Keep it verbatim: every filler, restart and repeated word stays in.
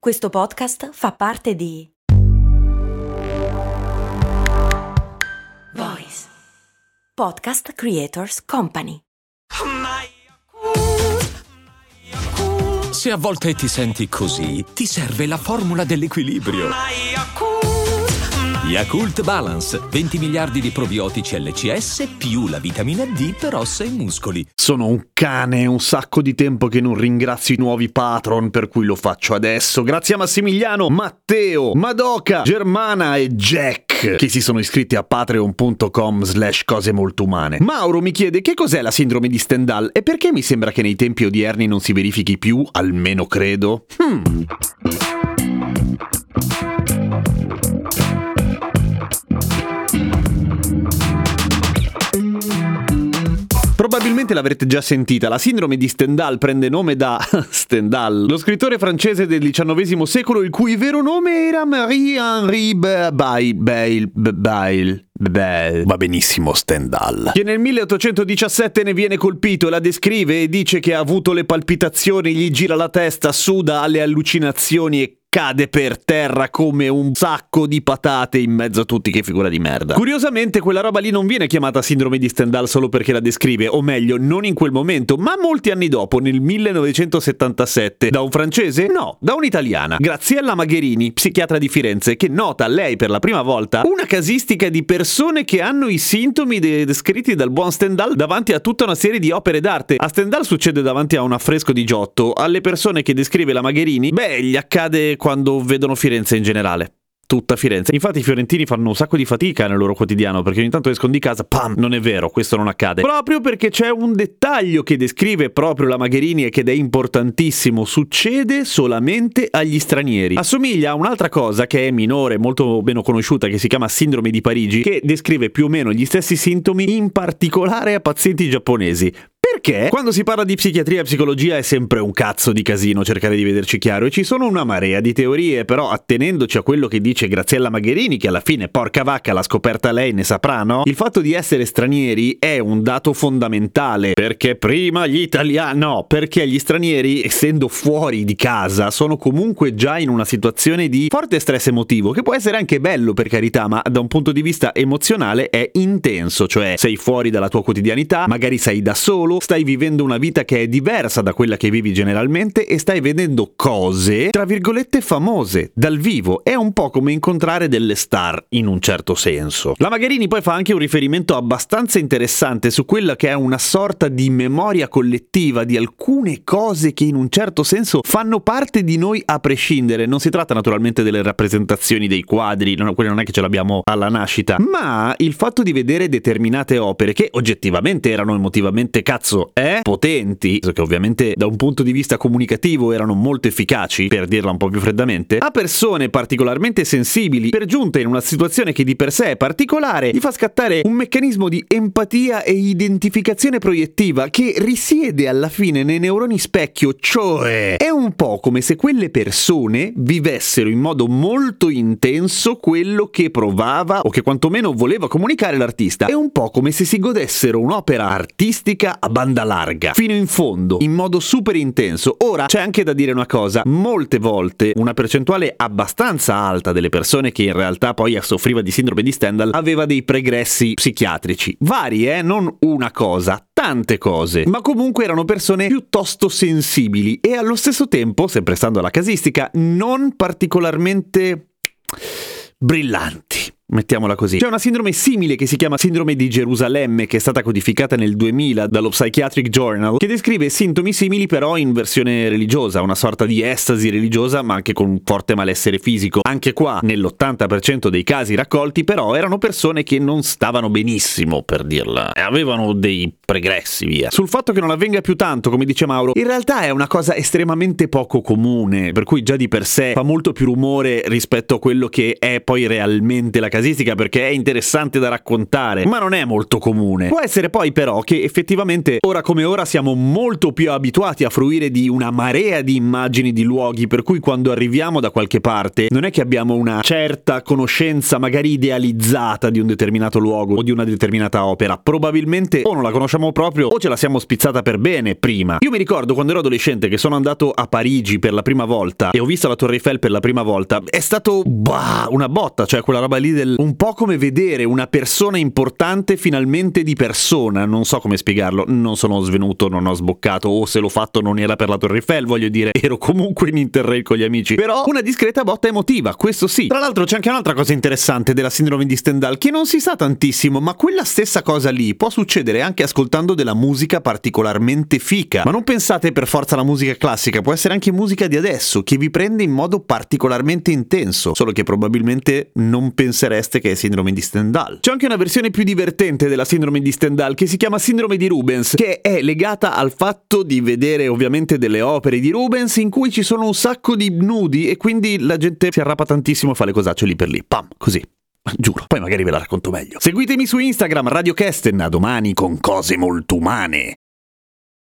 Questo podcast fa parte di Voice Podcast Creators Company. Se a volte ti senti così, ti serve la formula dell'equilibrio. Yakult Balance, venti miliardi di probiotici L C S più la vitamina D per ossa e muscoli. Sono un cane, un sacco di tempo che non ringrazio i nuovi patron, per cui lo faccio adesso. Grazie a Massimiliano, Matteo, Madoka, Germana e Jack, che si sono iscritti a patreon.com slash cose molto umane. Mauro mi chiede che cos'è la sindrome di Stendhal e perché mi sembra che nei tempi odierni non si verifichi più, almeno credo. Hmm... Probabilmente l'avrete già sentita, la sindrome di Stendhal prende nome da Stendhal, lo scrittore francese del diciannovesimo secolo, il cui vero nome era Marie-Henri Bail, Bail, Bail, Bail, va benissimo Stendhal, che nel milleottocentodiciassette ne viene colpito, la descrive e dice che ha avuto le palpitazioni, gli gira la testa, suda, ha le allucinazioni e cade per terra come un sacco di patate in mezzo a tutti, che figura di merda. Curiosamente quella roba lì non viene chiamata sindrome di Stendhal solo perché la descrive, o meglio, non in quel momento, ma molti anni dopo, nel millenovecentosettantasette, da un francese? No, da un'italiana, Graziella Magherini, psichiatra di Firenze, che nota lei per la prima volta una casistica di persone che hanno i sintomi de- descritti dal buon Stendhal davanti a tutta una serie di opere d'arte. A Stendhal succede davanti a un affresco di Giotto, alle persone che descrive la Magherini, beh, gli accade quando vedono Firenze in generale. Tutta Firenze. Infatti i fiorentini fanno un sacco di fatica nel loro quotidiano, perché ogni tanto escono di casa, pam, non è vero, questo non accade. Proprio perché c'è un dettaglio che descrive proprio la Magherini e che è importantissimo: succede solamente agli stranieri. Assomiglia a un'altra cosa che è minore, molto meno conosciuta, che si chiama sindrome di Parigi, che descrive più o meno gli stessi sintomi, in particolare a pazienti giapponesi. Perché quando si parla di psichiatria e psicologia è sempre un cazzo di casino cercare di vederci chiaro, e ci sono una marea di teorie, però attenendoci a quello che dice Graziella Magherini, che alla fine, porca vacca, l'ha scoperta lei, ne saprà, no? Il fatto di essere stranieri è un dato fondamentale, perché prima gli italiani... no, perché gli stranieri, essendo fuori di casa, sono comunque già in una situazione di forte stress emotivo, che può essere anche bello, per carità, ma da un punto di vista emozionale è intenso, cioè sei fuori dalla tua quotidianità, magari sei da solo, stai vivendo una vita che è diversa da quella che vivi generalmente e stai vedendo cose, tra virgolette, famose, dal vivo. È un po' come incontrare delle star, in un certo senso. La Magherini poi fa anche un riferimento abbastanza interessante su quella che è una sorta di memoria collettiva di alcune cose che in un certo senso fanno parte di noi a prescindere. Non si tratta naturalmente delle rappresentazioni dei quadri, no, quelle non è che ce l'abbiamo alla nascita, ma il fatto di vedere determinate opere che oggettivamente erano emotivamente cazzo eh? potenti, che ovviamente da un punto di vista comunicativo erano molto efficaci, per dirla un po' più freddamente, a persone particolarmente sensibili, per giunta in una situazione che di per sé è particolare, gli fa scattare un meccanismo di empatia e identificazione proiettiva che risiede alla fine nei neuroni specchio, cioè è un po' come se quelle persone vivessero in modo molto intenso quello che provava o che quantomeno voleva comunicare l'artista. È un po' come se si godessero un'opera artistica a banda larga, fino in fondo, in modo super intenso. Ora, c'è anche da dire una cosa: molte volte una percentuale abbastanza alta delle persone che in realtà poi soffriva di sindrome di Stendhal aveva dei pregressi psichiatrici. Vari, eh? Non una cosa, tante cose. Ma comunque erano persone piuttosto sensibili e allo stesso tempo, sempre stando alla casistica, non particolarmente brillanti. Mettiamola così. C'è una sindrome simile che si chiama sindrome di Gerusalemme, che è stata codificata nel duemila dallo Psychiatric Journal, che descrive sintomi simili però in versione religiosa, una sorta di estasi religiosa ma anche con un forte malessere fisico. Anche qua, nell'ottanta per cento dei casi raccolti, però erano persone che non stavano benissimo, per dirla, e avevano dei pregressi, via. Sul fatto che non avvenga più tanto, come dice Mauro, in realtà è una cosa estremamente poco comune, per cui già di per sé fa molto più rumore rispetto a quello che è poi realmente la casistica perché è interessante da raccontare, ma non è molto comune. Può essere poi però che effettivamente ora come ora siamo molto più abituati a fruire di una marea di immagini di luoghi, per cui quando arriviamo da qualche parte non è che abbiamo una certa conoscenza magari idealizzata di un determinato luogo o di una determinata opera. Probabilmente o non la conosciamo proprio o ce la siamo spizzata per bene prima. Io mi ricordo quando ero adolescente che sono andato a Parigi per la prima volta e ho visto la Torre Eiffel per la prima volta. È stato bah, una botta, cioè quella roba lì del un po' come vedere una persona importante finalmente di persona. Non so come spiegarlo, non sono svenuto, non ho sboccato, o se l'ho fatto non era per la Torre Eiffel, voglio dire, ero comunque in Interrail con gli amici, però una discreta botta emotiva, questo sì. Tra l'altro c'è anche un'altra cosa interessante della sindrome di Stendhal che non si sa tantissimo, ma quella stessa cosa lì può succedere anche ascoltando della musica particolarmente fica. Ma non pensate per forza alla musica classica, può essere anche musica di adesso che vi prende in modo particolarmente intenso, solo che probabilmente non pensereste che è sindrome di Stendhal. C'è anche una versione più divertente della sindrome di Stendhal che si chiama sindrome di Rubens, che è legata al fatto di vedere ovviamente delle opere di Rubens in cui ci sono un sacco di nudi e quindi la gente si arrapa tantissimo e fa le cosacce lì per lì, pam, così. Giuro, poi magari ve la racconto meglio. Seguitemi su Instagram, Radio Kesten, a domani con cose molto umane.